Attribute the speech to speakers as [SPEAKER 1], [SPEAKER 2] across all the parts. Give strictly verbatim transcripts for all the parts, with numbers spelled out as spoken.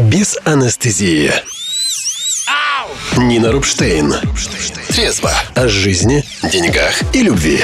[SPEAKER 1] без анестезии. Нина Рубштейн. Трезво о жизни, деньгах и любви.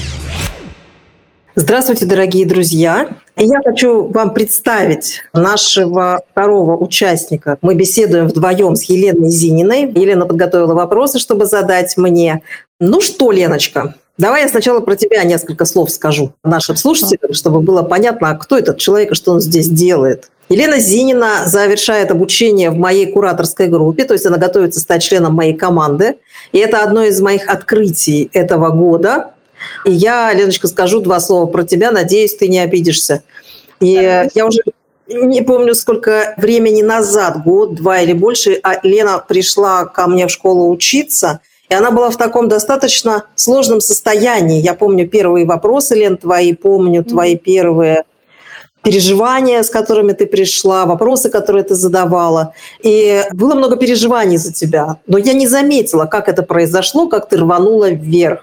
[SPEAKER 2] Здравствуйте, дорогие друзья. Я хочу вам представить нашего второго участника. Мы беседуем вдвоем с Еленой Зининой. Елена подготовила вопросы, чтобы задать мне. Ну что, Леночка, давай я сначала про тебя несколько слов скажу нашим слушателям, чтобы было понятно, кто этот человек и что он здесь делает. Елена Зинина завершает обучение в моей кураторской группе, то есть она готовится стать членом моей команды. И это одно из моих открытий этого года. И я, Леночка, скажу два слова про тебя, надеюсь, ты не обидишься. И да, я уже не помню, сколько времени назад, год, два или больше, а Лена пришла ко мне в школу учиться, и она была в таком достаточно сложном состоянии. Я помню первые вопросы, Лен, твои, помню твои первые переживания, с которыми ты пришла, вопросы, которые ты задавала. И было много переживаний за тебя. Но я не заметила, как это произошло, как ты рванула вверх.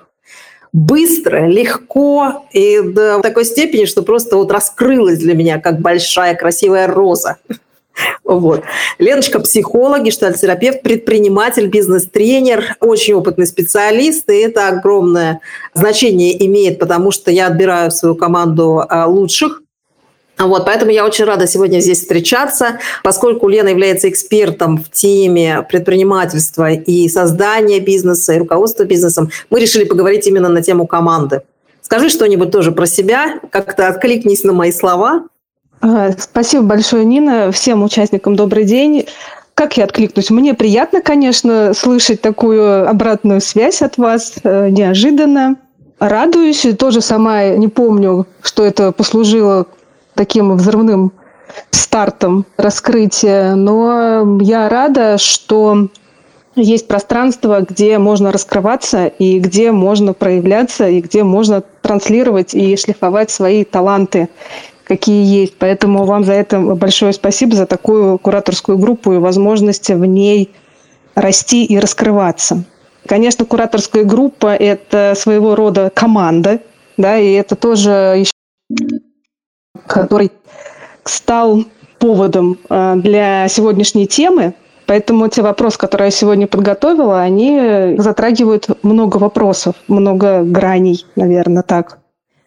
[SPEAKER 2] Быстро, легко и до такой степени, что просто вот раскрылась для меня, как большая красивая роза. Вот. Леночка – психолог, гештальт-терапевт, предприниматель, бизнес-тренер, очень опытный специалист, и это огромное значение имеет, потому что я отбираю в свою команду лучших. Вот, поэтому я очень рада сегодня здесь встречаться, поскольку Лена является экспертом в теме предпринимательства и создания бизнеса, и руководства бизнесом. Мы решили поговорить именно на тему команды. Скажи что-нибудь тоже про себя, как-то откликнись на мои слова.
[SPEAKER 3] Спасибо большое, Нина. Всем участникам добрый день. Как я откликнусь? Мне приятно, конечно, слышать такую обратную связь от вас, неожиданно. Радуюсь, тоже сама не помню, что это послужило таким взрывным стартом раскрытия, но я рада, что есть пространство, где можно раскрываться, и где можно проявляться, и где можно транслировать и шлифовать свои таланты, какие есть. Поэтому вам за это большое спасибо, за такую кураторскую группу и возможность в ней расти и раскрываться. Конечно, кураторская группа – это своего рода команда, да, и это тоже еще который стал поводом для сегодняшней темы. Поэтому те вопросы, которые я сегодня подготовила, они затрагивают много вопросов, много граней, наверное, так.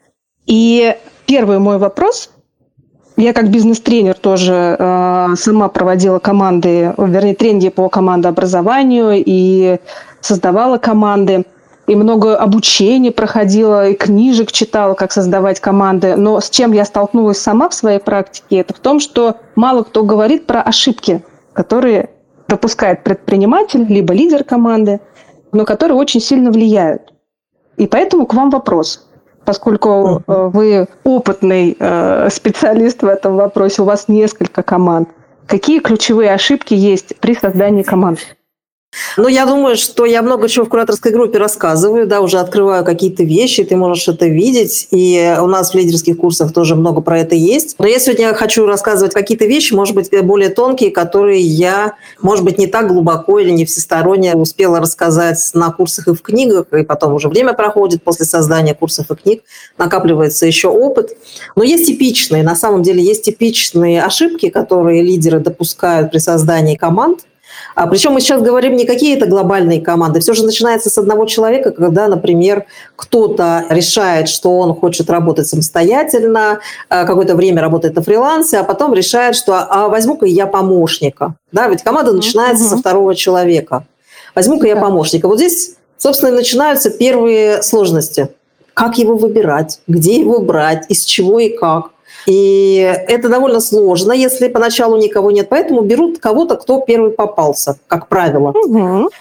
[SPEAKER 3] И первый мой вопрос. Я как бизнес-тренер тоже э, сама проводила команды, вернее, тренинги по командообразованию и создавала команды. И много обучений проходила, и книжек читала, как создавать команды. Но с чем я столкнулась сама в своей практике, это в том, что мало кто говорит про ошибки, которые допускает предприниматель, либо лидер команды, но которые очень сильно влияют. И поэтому к вам вопрос. Поскольку uh-huh. вы опытный э, специалист в этом вопросе, у вас несколько команд, какие ключевые ошибки есть при создании команд?
[SPEAKER 2] Ну, я думаю, что я много чего в кураторской группе рассказываю, да, уже открываю какие-то вещи, ты можешь это видеть, и у нас в лидерских курсах тоже много про это есть. Но я сегодня хочу рассказывать какие-то вещи, может быть, более тонкие, которые я, может быть, не так глубоко или не всесторонне успела рассказать на курсах и в книгах, и потом уже время проходит после создания курсов и книг, накапливается еще опыт. Но есть типичные, на самом деле есть типичные ошибки, которые лидеры допускают при создании команд. А причем мы сейчас говорим не какие-то глобальные команды. Все же начинается с одного человека, когда, например, кто-то решает, что он хочет работать самостоятельно, какое-то время работает на фрилансе, а потом решает, что а возьму-ка я помощника. Да, ведь команда начинается uh-huh. со второго человека. Возьму-ка я помощника. Вот здесь, собственно, и начинаются первые сложности. Как его выбирать, где его брать, из чего и как. И это довольно сложно, если поначалу никого нет. Поэтому берут кого-то, кто первый попался, как правило. Угу.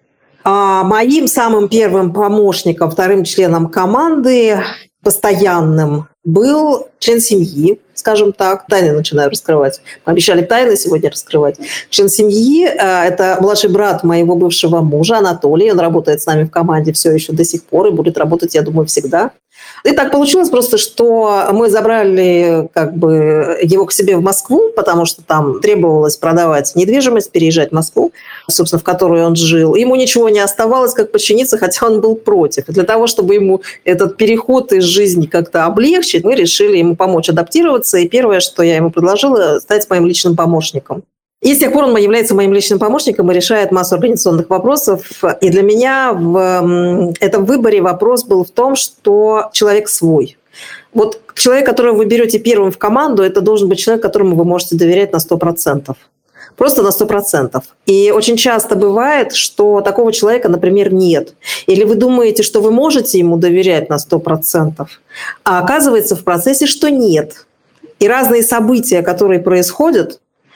[SPEAKER 2] А моим самым первым помощником, вторым членом команды, постоянным, был член семьи, скажем так. Тайны начинаю раскрывать. Мы обещали тайны сегодня раскрывать. Член семьи – это младший брат моего бывшего мужа Анатолий. Он работает с нами в команде все еще до сих пор и будет работать, я думаю, всегда. И так получилось просто, что мы забрали как бы его к себе в Москву, потому что там требовалось продавать недвижимость, переезжать в Москву, собственно, в которой он жил. Ему ничего не оставалось, как подчиниться, хотя он был против. И для того, чтобы ему этот переход из жизни как-то облегчить, мы решили ему помочь адаптироваться. И первое, что я ему предложила, стать моим личным помощником. И с тех пор он является моим личным помощником и решает массу организационных вопросов. И для меня в этом выборе вопрос был в том, что человек свой. Вот человек, которого вы берете первым в команду, это должен быть человек, которому вы можете доверять на сто процентов. Просто на сто процентов. И очень часто бывает, что такого человека, например, нет. Или вы думаете, что вы можете ему доверять на сто процентов, а оказывается в процессе, что нет. И разные события, которые происходят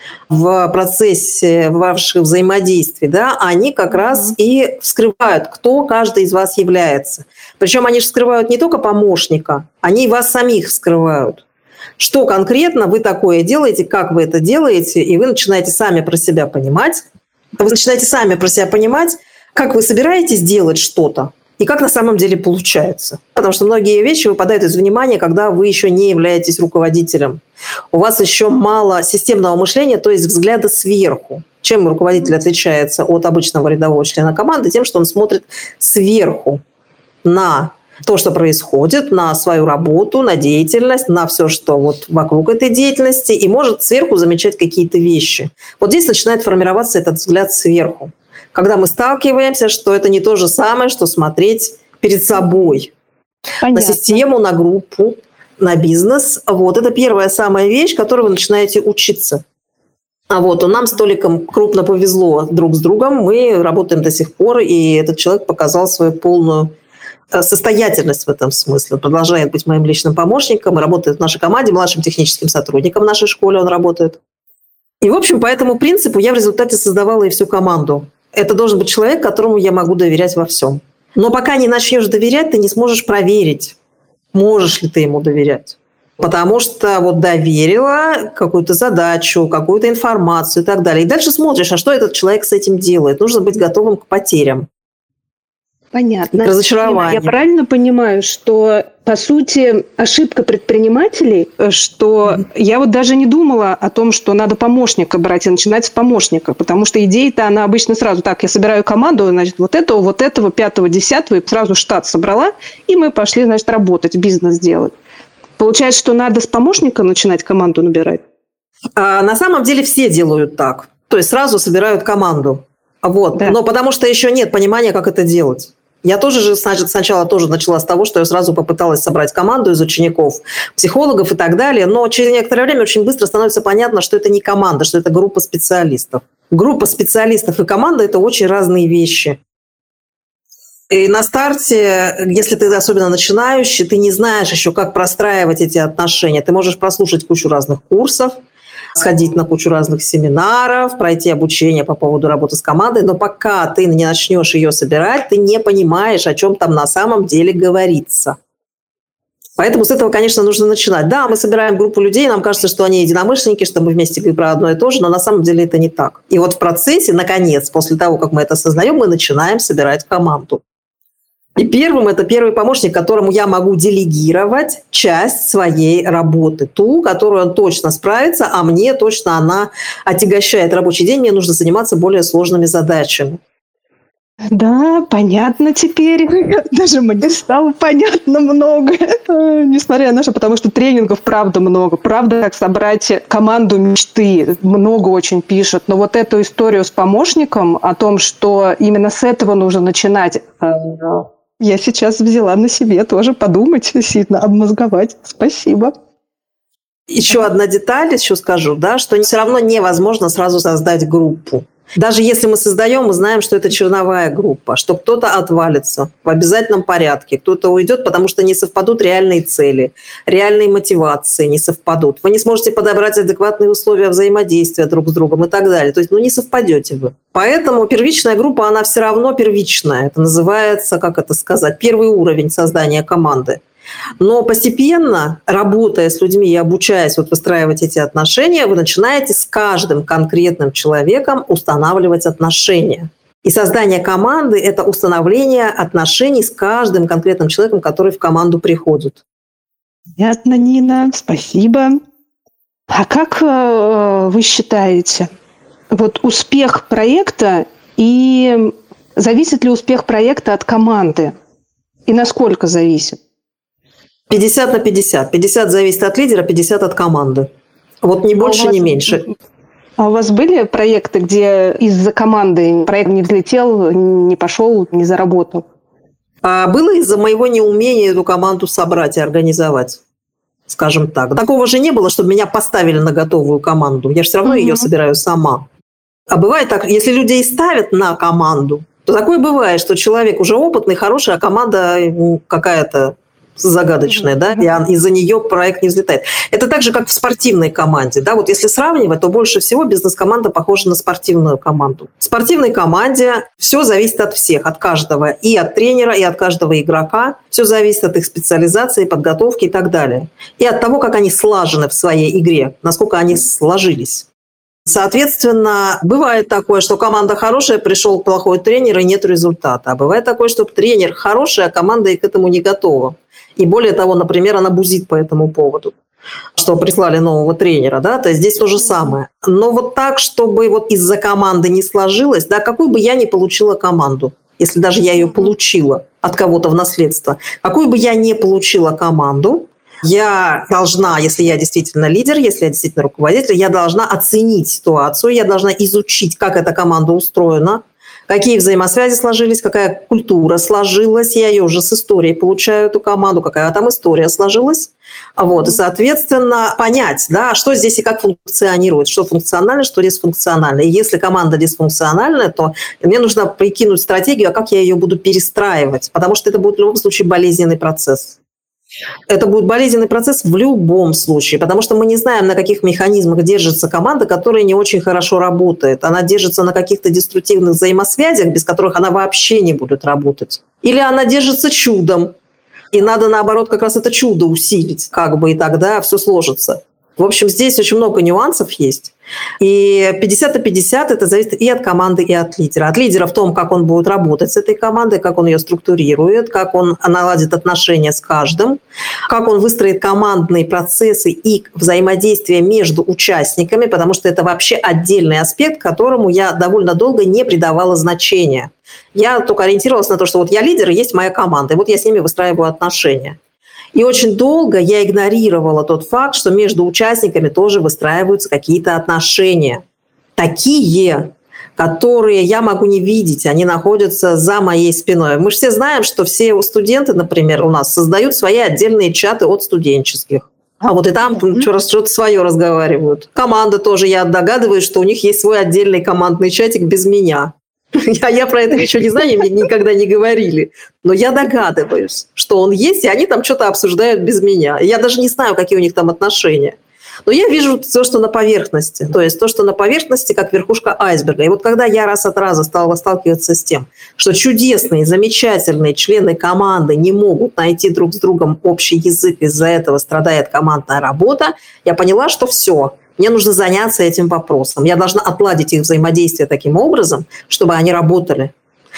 [SPEAKER 2] в процессе ваших взаимодействий, да, они как раз и вскрывают, кто каждый из вас является. Причем они же вскрывают не только помощника, они и вас самих вскрывают. Что конкретно вы такое делаете, как вы это делаете, и вы начинаете сами про себя понимать. Вы начинаете сами про себя понимать, как вы собираетесь делать что-то, и как на самом деле получается. Потому что многие вещи выпадают из внимания, когда вы еще не являетесь руководителем. У вас еще мало системного мышления, то есть взгляда сверху. Чем руководитель отличается от обычного рядового члена команды? Тем, что он смотрит сверху на то, что происходит, на свою работу, на деятельность, на все, что вот вокруг этой деятельности, и может сверху замечать какие-то вещи. Вот здесь начинает формироваться этот взгляд сверху. Когда мы сталкиваемся, что это не то же самое, что смотреть перед собой. Понятно. На систему, на группу, на бизнес. Вот это первая самая вещь, которой вы начинаете учиться. А вот у нам с Толиком крупно повезло друг с другом. Мы работаем до сих пор, и этот человек показал свою полную состоятельность в этом смысле. Он продолжает быть моим личным помощником и работает в нашей команде, младшим техническим сотрудником в нашей школе он работает. И, в общем, по этому принципу я в результате создавала и всю команду. Это должен быть человек, которому я могу доверять во всем. Но пока не начнешь доверять, ты не сможешь проверить, можешь ли ты ему доверять. Потому что вот доверила какую-то задачу, какую-то информацию и так далее. И дальше смотришь, а что этот человек с этим делает. Нужно быть готовым к потерям.
[SPEAKER 3] Понятно.
[SPEAKER 2] К разочарованию.
[SPEAKER 3] Я правильно понимаю, что, по сути, ошибка предпринимателей, что mm-hmm. я вот даже не думала о том, что надо помощника брать и начинать с помощника, потому что идея-то, она обычно сразу так, я собираю команду, значит, вот этого, вот этого, пятого, десятого, и сразу штат собрала, и мы пошли, значит, работать, бизнес делать. Получается, что надо с помощника начинать команду набирать?
[SPEAKER 2] А, на самом деле все делают так. То есть сразу собирают команду. Вот. Да. Но потому что еще нет понимания, как это делать. Я тоже же, значит, сначала тоже начала с того, что я сразу попыталась собрать команду из учеников, психологов и так далее, но через некоторое время очень быстро становится понятно, что это не команда, что это группа специалистов. Группа специалистов и команда – это очень разные вещи. И на старте, если ты особенно начинающий, ты не знаешь еще, как простраивать эти отношения. Ты можешь прослушать кучу разных курсов, сходить на кучу разных семинаров, пройти обучение по поводу работы с командой, но пока ты не начнешь ее собирать, ты не понимаешь, о чем там на самом деле говорится. Поэтому с этого, конечно, нужно начинать. Да, мы собираем группу людей, нам кажется, что они единомышленники, что мы вместе говорим про одно и то же, но на самом деле это не так. И вот в процессе, наконец, после того, как мы это осознаем, мы начинаем собирать команду. И первым это первый помощник, которому я могу делегировать часть своей работы. Ту, которую он точно справится, а мне точно она отягощает рабочий день. Мне нужно заниматься более сложными задачами.
[SPEAKER 3] Да, понятно теперь. Даже мне стало понятно много. Несмотря на что, потому что тренингов правда много. Правда, как собрать команду мечты. Много очень пишут. Но вот эту историю с помощником, о том, что именно с этого нужно начинать, я сейчас взяла на себе тоже подумать, сильно обмозговать. Спасибо.
[SPEAKER 2] Еще одна деталь еще скажу, да, что все равно невозможно сразу создать группу. Даже если мы создаем, мы знаем, что это черновая группа, что кто-то отвалится в обязательном порядке, кто-то уйдет, потому что не совпадут реальные цели, реальные мотивации не совпадут. Вы не сможете подобрать адекватные условия взаимодействия друг с другом и так далее. То есть, ну, не совпадете вы. Поэтому первичная группа, она все равно первичная. Это называется, как это сказать, первый уровень создания команды. Но постепенно, работая с людьми и обучаясь вот выстраивать эти отношения, вы начинаете с каждым конкретным человеком устанавливать отношения. И создание команды – это установление отношений с каждым конкретным человеком, который в команду приходит.
[SPEAKER 3] Понятно, Нина, спасибо. А как э, вы считаете, вот успех проекта и зависит ли успех проекта от команды? И насколько зависит?
[SPEAKER 2] пятьдесят на пятьдесят. пятьдесят зависит от лидера, пятьдесят от команды. Вот не больше,
[SPEAKER 3] а вас,
[SPEAKER 2] не меньше.
[SPEAKER 3] А у вас были проекты, где из-за команды проект не взлетел, не пошел, не заработал?
[SPEAKER 2] А было из-за моего неумения эту команду собрать и организовать, скажем так. Такого же не было, чтобы меня поставили на готовую команду. Я же все равно mm-hmm. ее собираю сама. А бывает так, если людей ставят на команду, то такое бывает, что человек уже опытный, хороший, а команда какая-то загадочная, да, и из-за нее проект не взлетает. Это так же, как в спортивной команде, да, вот если сравнивать, то больше всего бизнес-команда похожа на спортивную команду. В спортивной команде все зависит от всех, от каждого, и от тренера, и от каждого игрока, все зависит от их специализации, подготовки и так далее, и от того, как они слажены в своей игре, насколько они сложились. Соответственно, бывает такое, что команда хорошая, пришел плохой тренер, и нет результата. А бывает такое, что тренер хороший, а команда и к этому не готова. И более того, например, она бузит по этому поводу, что прислали нового тренера, да, то есть здесь то же самое. Но вот так, чтобы вот из-за команды не сложилось, да, какую бы я ни получила команду, если даже я ее получила от кого-то в наследство, какую бы я ни получила команду, я должна, если я действительно лидер, если я действительно руководитель, я должна оценить ситуацию, я должна изучить, как эта команда устроена, какие взаимосвязи сложились, какая культура сложилась. Я ее уже с историей получаю, эту команду, какая там история сложилась. Вот, и, соответственно, понять, да, что здесь и как функционирует, что функционально, что дисфункционально. И если команда дисфункциональная, то мне нужно прикинуть стратегию, а как я ее буду перестраивать, потому что это будет в любом случае болезненный процесс. Это будет болезненный процесс в любом случае, потому что мы не знаем, на каких механизмах держится команда, которая не очень хорошо работает. Она держится на каких-то деструктивных взаимосвязях, без которых она вообще не будет работать. Или она держится чудом, и надо, наоборот, как раз это чудо усилить, как бы, и тогда все сложится. В общем, здесь очень много нюансов есть. И пятьдесят на пятьдесят это зависит и от команды, и от лидера. От лидера в том, как он будет работать с этой командой, как он ее структурирует, как он наладит отношения с каждым, как он выстроит командные процессы и взаимодействие между участниками, потому что это вообще отдельный аспект, которому я довольно долго не придавала значения. Я только ориентировалась на то, что вот я лидер, и есть моя команда, и вот я с ними выстраиваю отношения. И очень долго я игнорировала тот факт, что между участниками тоже выстраиваются какие-то отношения. Такие, которые я могу не видеть, они находятся за моей спиной. Мы же все знаем, что все студенты, например, у нас создают свои отдельные чаты от студенческих. А вот и там что-то свое разговаривают. Команда тоже, я догадываюсь, что у них есть свой отдельный командный чатик без меня. Я, я про это ничего не знаю, мне никогда не говорили. Но я догадываюсь, что он есть, и они там что-то обсуждают без меня. Я даже не знаю, какие у них там отношения. Но я вижу то, что на поверхности. То есть то, что на поверхности, как верхушка айсберга. И вот когда я раз от раза стала сталкиваться с тем, что чудесные, замечательные члены команды не могут найти друг с другом общий язык, из-за этого страдает командная работа, я поняла, что все. Мне нужно заняться этим вопросом. Я должна отладить их взаимодействие таким образом, чтобы они работали.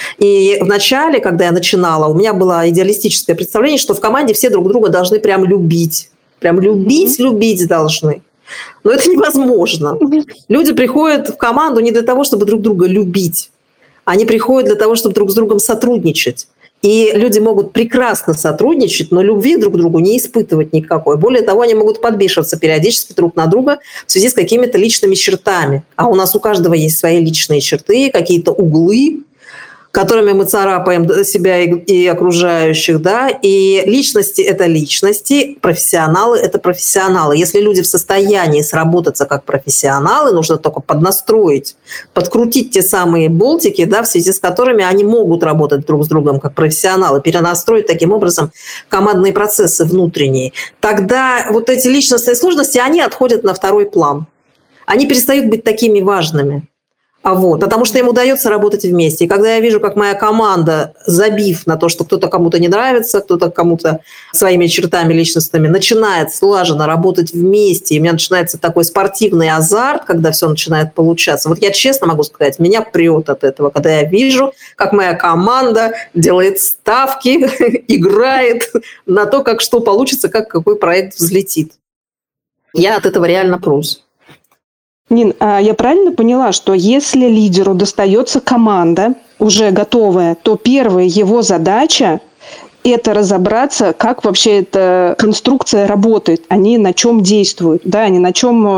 [SPEAKER 2] И вначале, когда я начинала, у меня было идеалистическое представление, что в команде все друг друга должны прям любить. Прям любить, любить должны. Но это невозможно. Люди приходят в команду не для того, чтобы друг друга любить. Они приходят для того, чтобы друг с другом сотрудничать. И люди могут прекрасно сотрудничать, но любви друг к другу не испытывать никакой. Более того, они могут подбешиваться периодически друг на друга в связи с какими-то личными чертами. А у нас у каждого есть свои личные черты, какие-то углы, которыми мы царапаем себя и окружающих, да, и личности – это личности, профессионалы – это профессионалы. Если люди в состоянии сработаться как профессионалы, нужно только поднастроить, подкрутить те самые болтики, да, в связи с которыми они могут работать друг с другом как профессионалы, перенастроить таким образом командные процессы внутренние. Тогда вот эти личностные сложности, они отходят на второй план. Они перестают быть такими важными. А вот, потому что им удается работать вместе. И когда я вижу, как моя команда, забив на то, что кто-то кому-то не нравится, кто-то кому-то своими чертами личностными, начинает слаженно работать вместе, и у меня начинается такой спортивный азарт, когда все начинает получаться. Вот я честно могу сказать, меня прет от этого, когда я вижу, как моя команда делает ставки, играет на то, как что получится, как какой проект взлетит. Я от этого реально прусь.
[SPEAKER 3] Нин, а я правильно поняла, что если лидеру достается команда уже готовая, то первая его задача – это разобраться, как вообще эта конструкция работает, они на чем действуют, да, они на чем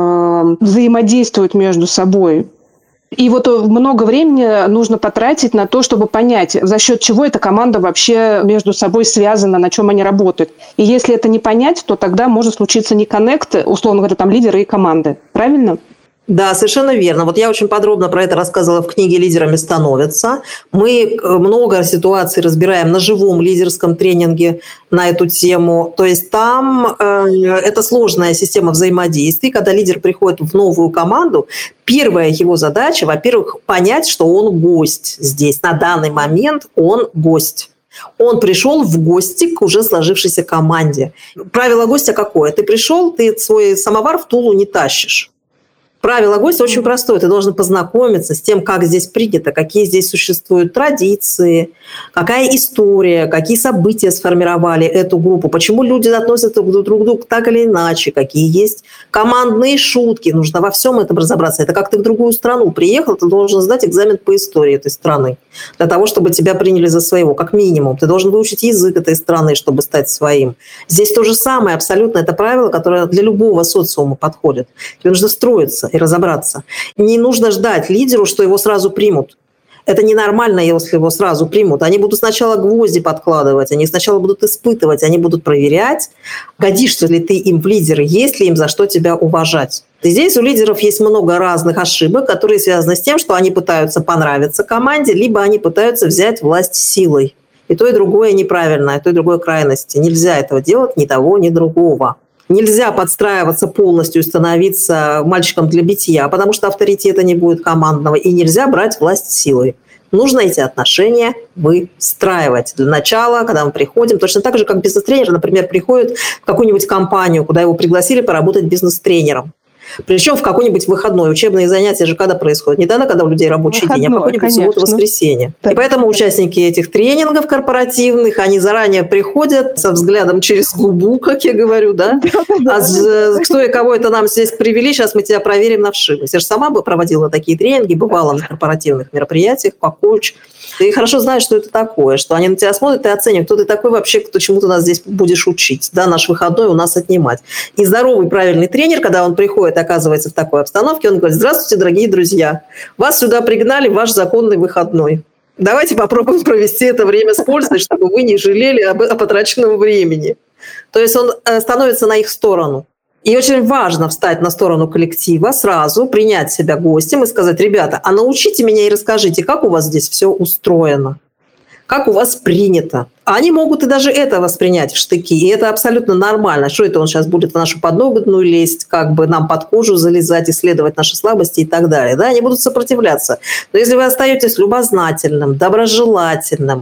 [SPEAKER 3] э, взаимодействуют между собой. И вот много времени нужно потратить на то, чтобы понять, за счет чего эта команда вообще между собой связана, на чем они работают. И если это не понять, то тогда может случиться не коннект, условно говоря, там лидеры и команды. Правильно?
[SPEAKER 2] Да, совершенно верно. Вот я очень подробно про это рассказывала в книге «Лидерами становятся». Мы много ситуаций разбираем на живом лидерском тренинге на эту тему. То есть там э, это сложная система взаимодействий. Когда лидер приходит в новую команду, первая его задача, во-первых, понять, что он гость здесь. На данный момент он гость. Он пришел в гости к уже сложившейся команде. Правило гостя какое? Ты пришел, ты свой самовар в Тулу не тащишь. Правило гостя очень простое. Ты должен познакомиться с тем, как здесь принято, какие здесь существуют традиции, какая история, какие события сформировали эту группу, почему люди относятся друг к другу так или иначе, какие есть командные шутки. Нужно во всем этом разобраться. Это как ты в другую страну приехал, ты должен сдать экзамен по истории этой страны для того, чтобы тебя приняли за своего, как минимум. Ты должен выучить язык этой страны, чтобы стать своим. Здесь то же самое абсолютно. Это правило, которое для любого социума подходит. Тебе нужно строиться и разобраться. Не нужно ждать лидеру, что его сразу примут. Это ненормально, если его сразу примут. Они будут сначала гвозди подкладывать, они сначала будут испытывать, они будут проверять, годишься ли ты им в лидеры, есть ли им за что тебя уважать. И здесь у лидеров есть много разных ошибок, которые связаны с тем, что они пытаются понравиться команде, либо они пытаются взять власть силой. И то, и другое неправильно, и то, и другое крайности. Нельзя этого делать ни того, ни другого. Нельзя подстраиваться полностью и становиться мальчиком для битья, потому что авторитета не будет командного, и нельзя брать власть силой. Нужно эти отношения выстраивать. Для начала, когда мы приходим, точно так же, как бизнес-тренер, например, приходит в какую-нибудь компанию, куда его пригласили поработать бизнес-тренером. Причем в какой-нибудь выходной. Учебные занятия же когда происходят? Не тогда, когда у людей рабочий выходной, день, а какой-нибудь субботу-воскресенье. Да. И поэтому участники этих тренингов корпоративных, они заранее приходят со взглядом через губу, как я говорю, да? А кто и кого это нам здесь привели, сейчас мы тебя проверим на вшивость. Я же сама бы проводила такие тренинги, бывала на корпоративных мероприятиях, по коуч. Ты хорошо знаешь, что это такое, что они на тебя смотрят и оценивают, кто ты такой вообще, кто чему ты нас здесь будешь учить, да, наш выходной у нас отнимать. И здоровый, правильный тренер, когда он приходит, оказывается в такой обстановке, он говорит: здравствуйте, дорогие друзья, вас сюда пригнали в ваш законный выходной. Давайте попробуем провести это время с пользой, чтобы вы не жалели об, о потраченном времени. То есть он становится на их сторону. И очень важно встать на сторону коллектива, сразу принять себя гостем и сказать: ребята, а научите меня и расскажите, как у вас здесь все устроено, как у вас принято. А они могут и даже это воспринять в штыки, и это абсолютно нормально. Что это он сейчас будет в нашу подноготную лезть, как бы нам под кожу залезать, исследовать наши слабости и так далее. Да? Они будут сопротивляться. Но если вы остаетесь любознательным, доброжелательным,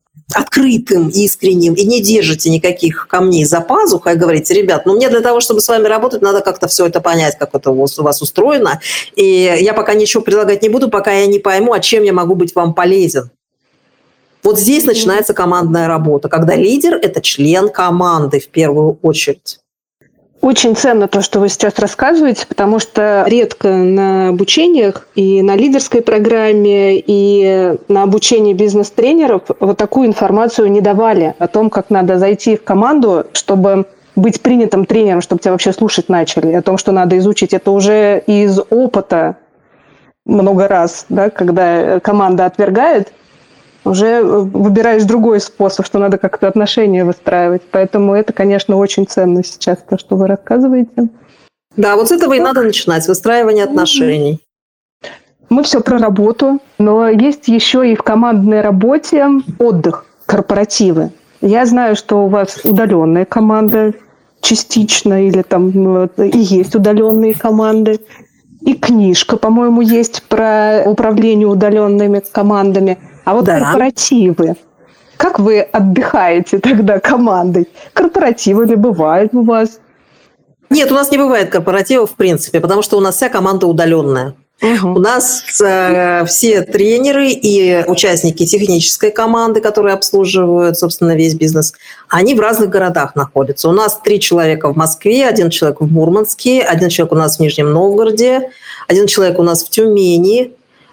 [SPEAKER 2] открытым, искренним и не держите никаких камней за пазухой, и говорите: ребят, ну мне для того, чтобы с вами работать, надо как-то все это понять, как это у вас, у вас устроено, и я пока ничего предлагать не буду, пока я не пойму, а чем я могу быть вам полезен. Вот здесь mm-hmm. начинается командная работа, когда лидер – это член команды в первую очередь.
[SPEAKER 3] Очень ценно то, что вы сейчас рассказываете, потому что редко на обучениях и на лидерской программе, и на обучении бизнес-тренеров вот такую информацию не давали о том, как надо зайти в команду, чтобы быть принятым тренером, чтобы тебя вообще слушать начали, о том, что надо изучить. Это уже из опыта много раз, да, когда команда отвергает, уже выбираешь другой способ, что надо как-то отношения выстраивать. Поэтому это, конечно, очень ценно сейчас, то, что вы рассказываете.
[SPEAKER 2] Да, вот с этого и надо начинать, выстраивание отношений.
[SPEAKER 3] Мы все про работу, но есть еще и в командной работе отдых, корпоративы. Я знаю, что у вас удаленная команда частично, или там и есть удаленные команды. И книжка, по-моему, есть про управление удаленными командами. А вот да. корпоративы. Как вы отдыхаете тогда командой? Корпоративы ли бывают у вас?
[SPEAKER 2] Нет, у нас не бывает корпоративов в принципе, потому что у нас вся команда удаленная. Угу. У нас э, все тренеры и участники технической команды, которые обслуживают, собственно, весь бизнес, они в разных городах находятся. У нас три человека в Москве, один человек в Мурманске, один человек у нас в Нижнем Новгороде, один человек у нас в Тюмени,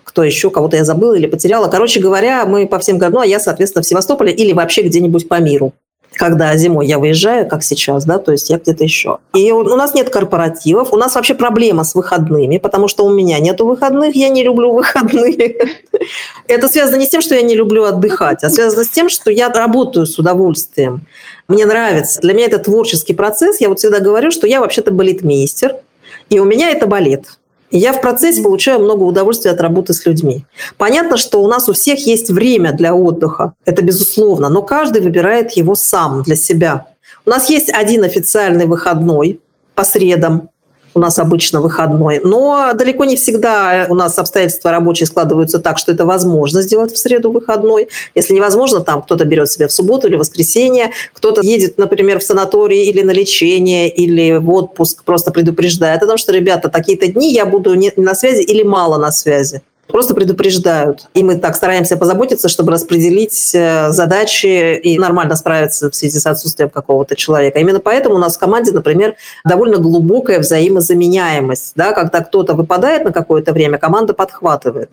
[SPEAKER 2] кто еще, кого-то я забыла или потеряла. Короче говоря, мы по всем городам, ну, а я, соответственно, в Севастополе или вообще где-нибудь по миру. Когда зимой я выезжаю, как сейчас, да, то есть я где-то еще. И у нас нет корпоративов, у нас вообще проблема с выходными, потому что у меня нету выходных, я не люблю выходные. Это связано не с тем, что я не люблю отдыхать, а связано с тем, что я работаю с удовольствием. Мне нравится. Для меня это творческий процесс. Я вот всегда говорю, что я вообще-то балетмейстер, и у меня это балет. И я в процессе получаю много удовольствия от работы с людьми. Понятно, что у нас у всех есть время для отдыха, это безусловно, но каждый выбирает его сам для себя. У нас есть один официальный выходной по средам, у нас обычно выходной, но далеко не всегда у нас обстоятельства рабочие складываются так, что это возможно сделать в среду выходной. Если невозможно, там кто-то берет себе в субботу или воскресенье, кто-то едет, например, в санаторий или на лечение, или в отпуск, просто предупреждает о том, что, ребята, такие-то дни я буду не на связи или мало на связи. Просто предупреждают. И мы так стараемся позаботиться, чтобы распределить задачи и нормально справиться в связи с отсутствием какого-то человека. Именно поэтому у нас в команде, например, довольно глубокая взаимозаменяемость. Да? Когда кто-то выпадает на какое-то время, команда подхватывает.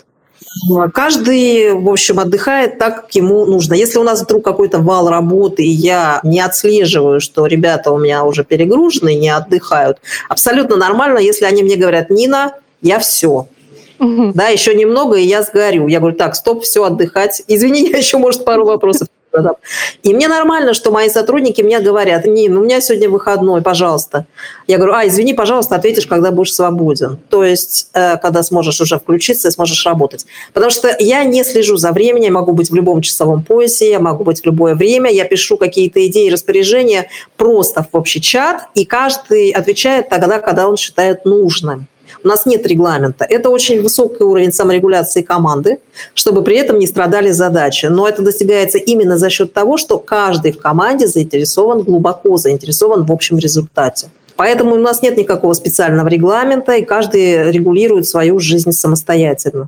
[SPEAKER 2] Каждый, в общем, отдыхает так, как ему нужно. Если у нас вдруг какой-то вал работы, и я не отслеживаю, что ребята у меня уже перегружены, не отдыхают, абсолютно нормально, если они мне говорят: Нина, я все. Угу. Да, еще немного, и я сгорю. Я говорю: так, стоп, все, отдыхать. Извини, я еще, может, пару вопросов задам. И мне нормально, что мои сотрудники мне говорят: Нин, у меня сегодня выходной, пожалуйста. Я говорю: а, извини, пожалуйста, ответишь, когда будешь свободен. То есть, когда сможешь уже включиться и сможешь работать. Потому что я не слежу за временем, я могу быть в любом часовом поясе, я могу быть в любое время, я пишу какие-то идеи, распоряжения просто в общий чат, и каждый отвечает тогда, когда он считает нужным. У нас нет регламента. Это очень высокий уровень саморегуляции команды, чтобы при этом не страдали задачи. Но это достигается именно за счет того, что каждый в команде заинтересован, глубоко заинтересован в общем результате. Поэтому у нас нет никакого специального регламента, и каждый регулирует свою жизнь самостоятельно.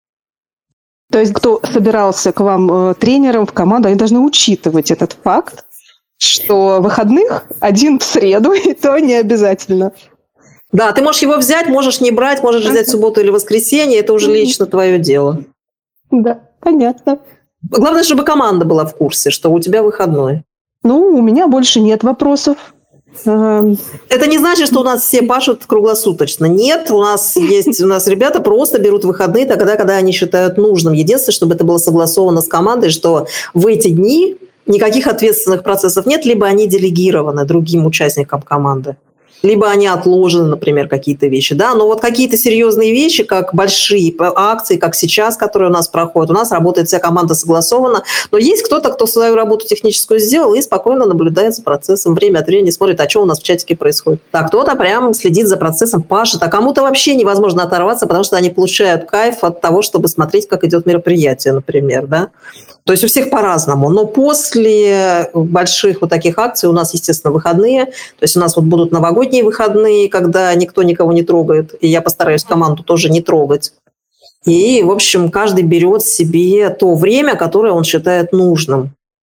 [SPEAKER 3] То есть кто собирался к вам тренером в команду, они должны учитывать этот факт, что выходных один в среду, и то не обязательно.
[SPEAKER 2] Да, ты можешь его взять, можешь не брать, можешь взять в субботу или воскресенье, это уже лично твое дело.
[SPEAKER 3] Да, понятно.
[SPEAKER 2] Главное, чтобы команда была в курсе, что у тебя выходной.
[SPEAKER 3] Ну, у меня больше нет вопросов.
[SPEAKER 2] Это не значит, что у нас все пашут круглосуточно. Нет, у нас есть, у нас ребята просто берут выходные тогда, когда они считают нужным. Единственное, чтобы это было согласовано с командой, что в эти дни никаких ответственных процессов нет, либо они делегированы другим участникам команды. Либо они отложены, например, какие-то вещи. Да? Но вот какие-то серьезные вещи, как большие акции, как сейчас, которые у нас проходят, у нас работает вся команда согласованно. Но есть кто-то, кто свою работу техническую сделал и спокойно наблюдает за процессом. Время от времени смотрит, а что у нас в чатике происходит. А кто-то прям следит за процессом, пашет. А кому-то вообще невозможно оторваться, потому что они получают кайф от того, чтобы смотреть, как идет мероприятие, например. Да? То есть у всех по-разному. Но после больших вот таких акций у нас, естественно, выходные. То есть у нас вот будут новогодние выходные, когда никто никого не трогает. И я постараюсь команду тоже не трогать. И, в общем, каждый берет себе то время, которое он считает нужным.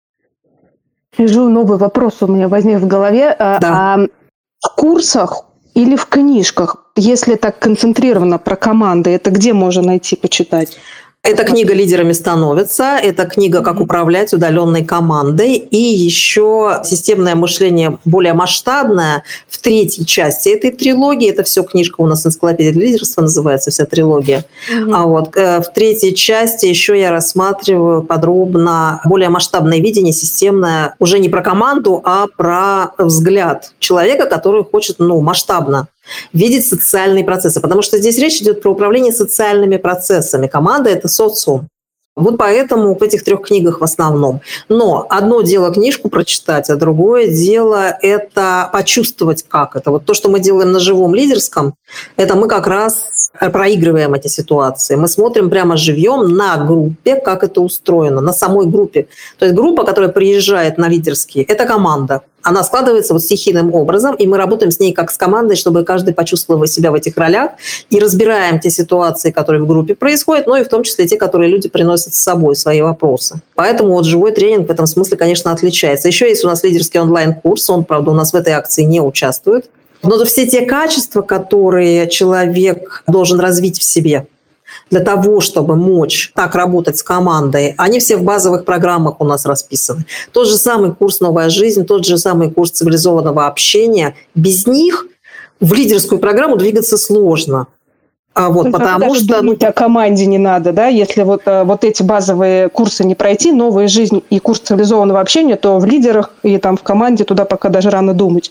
[SPEAKER 3] Сижу, новый вопрос у меня возник в голове. Да. А в курсах или в книжках, если так концентрированно про команды, это где можно найти, почитать?
[SPEAKER 2] Эта книга «Лидерами становятся», это книга «Как управлять удаленной командой», и еще «Системное мышление более масштабное» в третьей части этой трилогии. Это все книжка у нас «Энциклопедия лидерства» называется, вся трилогия. Mm-hmm. А вот в третьей части еще я рассматриваю подробно более масштабное видение, системное, уже не про команду, а про взгляд человека, который хочет, ну, масштабно видеть социальные процессы, потому что здесь речь идет про управление социальными процессами. Команда – это социум. Вот поэтому в этих трех книгах в основном. Но одно дело книжку прочитать, а другое дело – это почувствовать, как это. Вот то, что мы делаем на живом лидерском, это мы как раз проигрываем эти ситуации. Мы смотрим прямо живьем на группе, как это устроено, на самой группе. То есть группа, которая приезжает на лидерские, это команда. Она складывается вот стихийным образом, и мы работаем с ней как с командой, чтобы каждый почувствовал себя в этих ролях, и разбираем те ситуации, которые в группе происходят, но и в том числе те, которые люди приносят с собой, свои вопросы. Поэтому вот живой тренинг в этом смысле, конечно, отличается. Еще есть у нас лидерский онлайн-курс, он, правда, у нас в этой акции не участвует. Но все те качества, которые человек должен развить в себе, для того, чтобы мочь так работать с командой, они все в базовых программах у нас расписаны. Тот же самый курс «Новая жизнь», тот же самый курс цивилизованного общения. Без них в лидерскую программу двигаться сложно. А вот, потому что...
[SPEAKER 3] Думать о команде не надо, да? Если вот, вот эти базовые курсы не пройти, «Новая жизнь» и курс цивилизованного общения, то в лидерах и там в команде туда пока даже рано думать.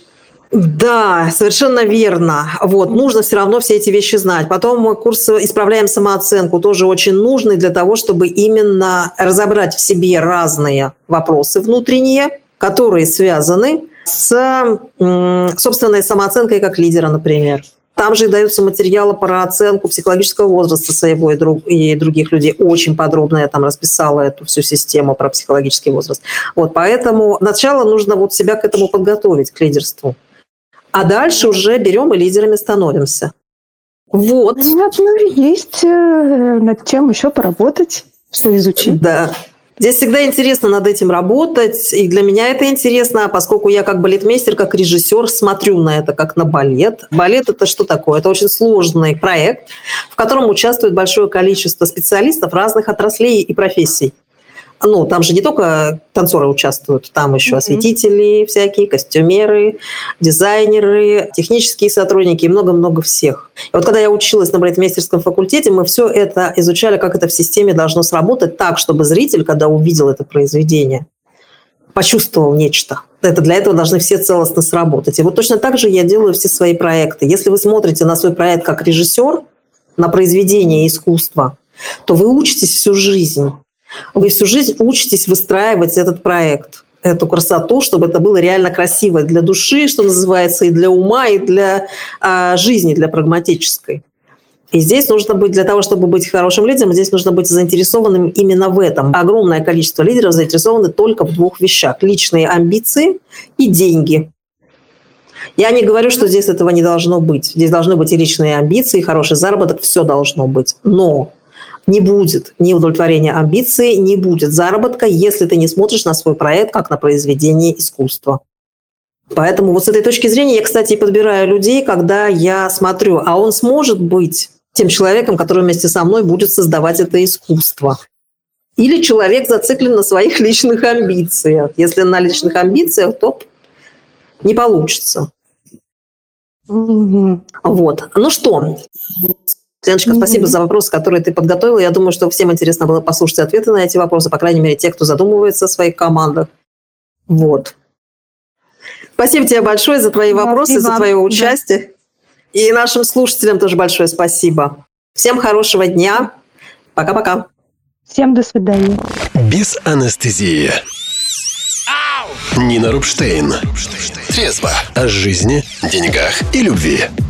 [SPEAKER 2] Да, совершенно верно. Вот, нужно все равно все эти вещи знать. Потом курс «Исправляем самооценку» тоже очень нужный для того, чтобы именно разобрать в себе разные вопросы внутренние, которые связаны с собственной самооценкой как лидера, например. Там же и даются материалы про оценку психологического возраста своего и, друг, и других людей. Очень подробно я там расписала эту всю систему про психологический возраст. Вот, поэтому сначала нужно вот себя к этому подготовить, к лидерству. А дальше уже берем и лидерами становимся. Вот.
[SPEAKER 3] Ну, есть над чем еще поработать, что изучить.
[SPEAKER 2] Да. Здесь всегда интересно над этим работать, и для меня это интересно, поскольку я как балетмейстер, как режиссер смотрю на это как на балет. Балет – это что такое? Это очень сложный проект, в котором участвует большое количество специалистов разных отраслей и профессий. Ну, там же не только танцоры участвуют, там еще mm-hmm. осветители всякие, костюмеры, дизайнеры, технические сотрудники и много-много всех. И вот когда я училась на балетмейстерском факультете, мы все это изучали, как это в системе должно сработать так, чтобы зритель, когда увидел это произведение, почувствовал нечто. Это для этого должны все целостно сработать. И вот точно так же я делаю все свои проекты. Если вы смотрите на свой проект как режиссер, на произведение искусства, то вы учитесь всю жизнь. Вы всю жизнь учитесь выстраивать этот проект, эту красоту, чтобы это было реально красиво для души, что называется, и для ума, и для а, жизни, для прагматической. И здесь нужно быть, для того, чтобы быть хорошим лидером, здесь нужно быть заинтересованным именно в этом. Огромное количество лидеров заинтересованы только в двух вещах – личные амбиции и деньги. Я не говорю, что здесь этого не должно быть. Здесь должны быть и личные амбиции, и хороший заработок, все должно быть. Но не будет ни удовлетворения амбиций, не будет заработка, если ты не смотришь на свой проект как на произведение искусства. Поэтому вот с этой точки зрения я, кстати, и подбираю людей, когда я смотрю, а он сможет быть тем человеком, который вместе со мной будет создавать это искусство. Или человек зациклен на своих личных амбициях. Если на личных амбициях, то не получится. Mm-hmm. Вот. Ну что, Леночка, mm-hmm. спасибо за вопросы, которые ты подготовила. Я думаю, что всем интересно было послушать ответы на эти вопросы, по крайней мере, те, кто задумывается о своих командах. Вот. Спасибо тебе большое за твои вопросы, спасибо. За твое участие. Да. И нашим слушателям тоже большое спасибо. Всем хорошего дня. Пока-пока.
[SPEAKER 3] Всем до свидания.
[SPEAKER 1] Без анестезии. Нина Рубштейн. Трезво о жизни, деньгах и любви.